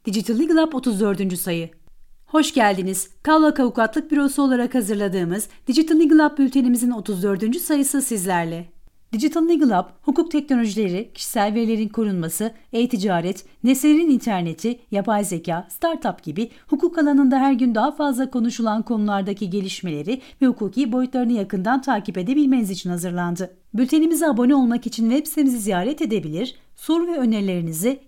Digital Legal Hub 34. sayı. Hoş geldiniz. Kavlak Avukatlık Bürosu olarak hazırladığımız Digital Legal Hub bültenimizin 34. sayısı sizlerle. Digital Legal Hub, hukuk teknolojileri, kişisel verilerin korunması, e-ticaret, nesnelerin interneti, yapay zeka, startup gibi hukuk alanında her gün daha fazla konuşulan konulardaki gelişmeleri ve hukuki boyutlarını yakından takip edebilmeniz için hazırlandı. Bültenimize abone olmak için web sitemizi ziyaret edebilir, soru ve önerilerinizi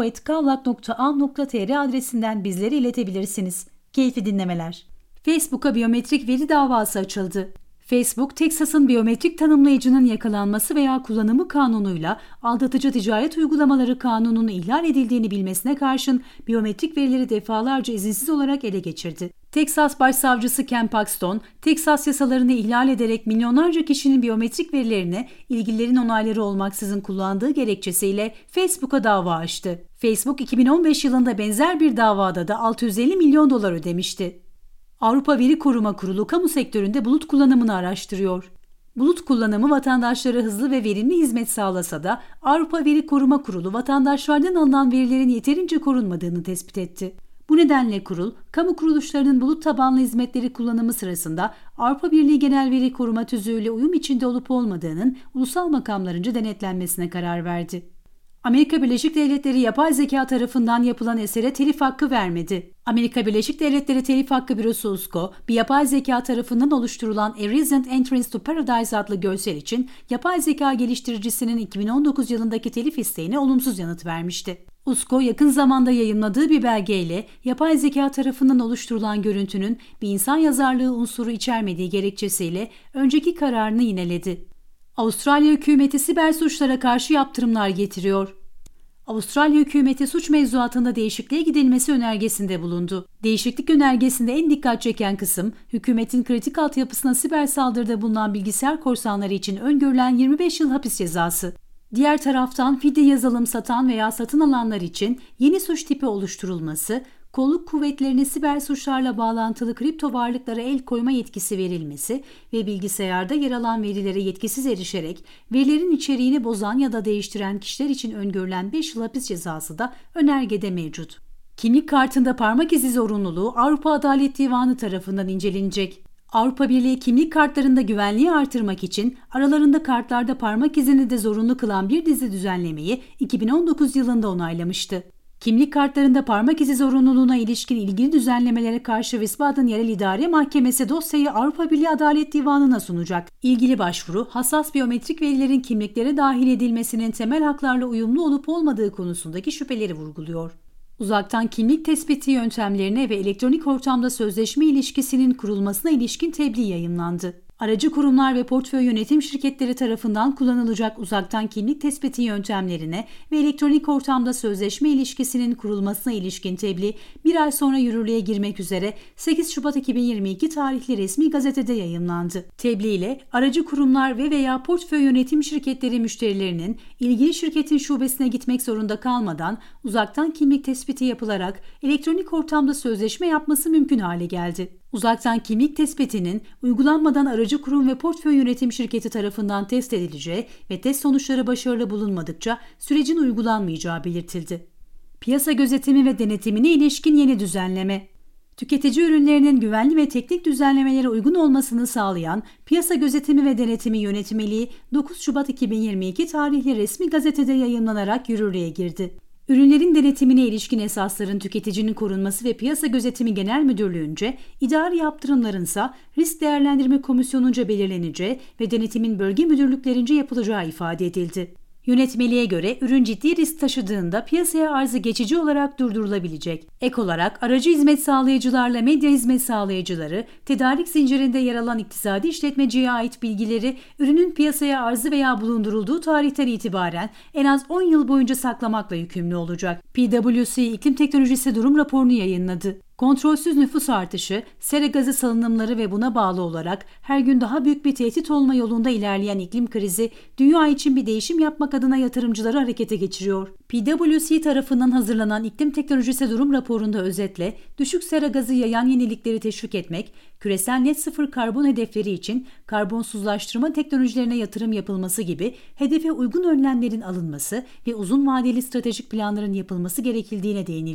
info@kavlak.am.tr adresinden bizlere iletebilirsiniz. Keyifli dinlemeler. Facebook'a biyometrik veri davası açıldı. Facebook, Teksas'ın biyometrik tanımlayıcının yakalanması veya kullanımı kanunuyla aldatıcı ticaret uygulamaları kanununun ihlal edildiğini bilmesine karşın biyometrik verileri defalarca izinsiz olarak ele geçirdi. Teksas Başsavcısı Ken Paxton, Teksas yasalarını ihlal ederek milyonlarca kişinin biyometrik verilerini ilgililerin onayları olmaksızın kullandığı gerekçesiyle Facebook'a dava açtı. Facebook, 2015 yılında benzer bir davada da 650 milyon dolar ödemişti. Avrupa Veri Koruma Kurulu kamu sektöründe bulut kullanımını araştırıyor. Bulut kullanımı vatandaşlara hızlı ve verimli hizmet sağlasa da Avrupa Veri Koruma Kurulu vatandaşlardan alınan verilerin yeterince korunmadığını tespit etti. Bu nedenle kurul, kamu kuruluşlarının bulut tabanlı hizmetleri kullanımı sırasında Avrupa Birliği Genel Veri Koruma Tüzüğü ile uyum içinde olup olmadığının ulusal makamlarınca denetlenmesine karar verdi. Amerika Birleşik Devletleri yapay zeka tarafından yapılan esere telif hakkı vermedi. Amerika Birleşik Devletleri Telif Hakkı Bürosu USCO, bir yapay zeka tarafından oluşturulan A Recent Entrance to Paradise adlı görsel için yapay zeka geliştiricisinin 2019 yılındaki telif isteğine olumsuz yanıt vermişti. USCO, yakın zamanda yayımladığı bir belgeyle yapay zeka tarafından oluşturulan görüntünün bir insan yazarlığı unsuru içermediği gerekçesiyle önceki kararını yineledi. Avustralya hükümeti siber suçlara karşı yaptırımlar getiriyor. Avustralya hükümeti suç mevzuatında değişikliğe gidilmesi önergesinde bulundu. Değişiklik önergesinde en dikkat çeken kısım, hükümetin kritik altyapısına siber saldırıda bulunan bilgisayar korsanları için öngörülen 25 yıl hapis cezası. Diğer taraftan fidye yazılım satan veya satın alanlar için yeni suç tipi oluşturulması, kolluk kuvvetlerine siber suçlarla bağlantılı kripto varlıklara el koyma yetkisi verilmesi ve bilgisayarda yer alan verilere yetkisiz erişerek verilerin içeriğini bozan ya da değiştiren kişiler için öngörülen 5 yıl hapis cezası da önergede mevcut. Kimlik kartında parmak izi zorunluluğu Avrupa Adalet Divanı tarafından incelenecek. Avrupa Birliği kimlik kartlarında güvenliği artırmak için aralarında kartlarda parmak izini de zorunlu kılan bir dizi düzenlemeyi 2019 yılında onaylamıştı. Kimlik kartlarında parmak izi zorunluluğuna ilişkin ilgili düzenlemelere karşı Wiesbaden Yerel İdare Mahkemesi dosyayı Avrupa Birliği Adalet Divanı'na sunacak. İlgili başvuru, hassas biyometrik verilerin kimliklere dahil edilmesinin temel haklarla uyumlu olup olmadığı konusundaki şüpheleri vurguluyor. Uzaktan kimlik tespiti yöntemlerine ve elektronik ortamda sözleşme ilişkisinin kurulmasına ilişkin tebliğ yayımlandı. Aracı kurumlar ve portföy yönetim şirketleri tarafından kullanılacak uzaktan kimlik tespiti yöntemlerine ve elektronik ortamda sözleşme ilişkisinin kurulmasına ilişkin tebliğ bir ay sonra yürürlüğe girmek üzere 8 Şubat 2022 tarihli resmi gazetede yayımlandı. Tebliğ ile aracı kurumlar ve veya portföy yönetim şirketleri müşterilerinin ilgili şirketin şubesine gitmek zorunda kalmadan uzaktan kimlik tespiti yapılarak elektronik ortamda sözleşme yapması mümkün hale geldi. Uzaktan kimlik tespitinin uygulanmadan aracı kurum ve portföy yönetim şirketi tarafından test edileceği ve test sonuçları başarılı bulunmadıkça sürecin uygulanmayacağı belirtildi. Piyasa gözetimi ve denetimine ilişkin yeni düzenleme. Tüketici ürünlerinin güvenli ve teknik düzenlemelere uygun olmasını sağlayan Piyasa Gözetimi ve Denetimi Yönetmeliği 9 Şubat 2022 tarihli resmi gazetede yayımlanarak yürürlüğe girdi. Ürünlerin denetimine ilişkin esasların tüketicinin korunması ve Piyasa Gözetimi Genel Müdürlüğü'nce, idari yaptırımların ise Risk Değerlendirme Komisyonu'nca belirleneceği ve denetimin bölge müdürlüklerince yapılacağı ifade edildi. Yönetmeliğe göre ürün ciddi risk taşıdığında piyasaya arzı geçici olarak durdurulabilecek. Ek olarak aracı hizmet sağlayıcılarla medya hizmet sağlayıcıları, tedarik zincirinde yer alan iktisadi işletmeciye ait bilgileri ürünün piyasaya arzı veya bulundurulduğu tarihten itibaren en az 10 yıl boyunca saklamakla yükümlü olacak. PwC İklim Teknolojisi Durum Raporu'nu yayınladı. Kontrolsüz nüfus artışı, sera gazı salınımları ve buna bağlı olarak her gün daha büyük bir tehdit olma yolunda ilerleyen iklim krizi, dünya için bir değişim yapmak adına yatırımcıları harekete geçiriyor. PwC tarafından hazırlanan İklim Teknolojisi Durum Raporu'nda özetle, düşük sera gazı yayan yenilikleri teşvik etmek, küresel net sıfır karbon hedefleri için karbonsuzlaştırma teknolojilerine yatırım yapılması gibi hedefe uygun önlemlerin alınması ve uzun vadeli stratejik planların yapılması gerekildiğine değiniliyor.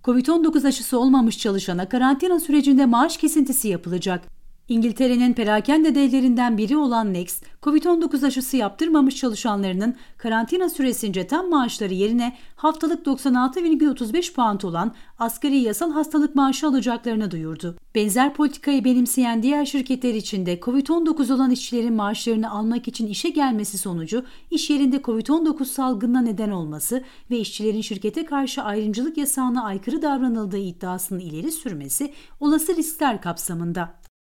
Covid-19 aşısı olmamış çalışana karantina sürecinde maaş kesintisi yapılacak. İngiltere'nin perakende devlerinden biri olan Next, Covid-19 aşısı yaptırmamış çalışanlarının karantina süresince tam maaşları yerine haftalık 96,35 pound olan asgari yasal hastalık maaşı alacaklarını duyurdu. Benzer politikayı benimseyen diğer şirketler için de Covid-19 olan işçilerin maaşlarını almak için işe gelmesi sonucu iş yerinde Covid-19 salgınına neden olması ve işçilerin şirkete karşı ayrımcılık yasağına aykırı davranıldığı iddiasını ileri sürmesi olası riskler kapsamında.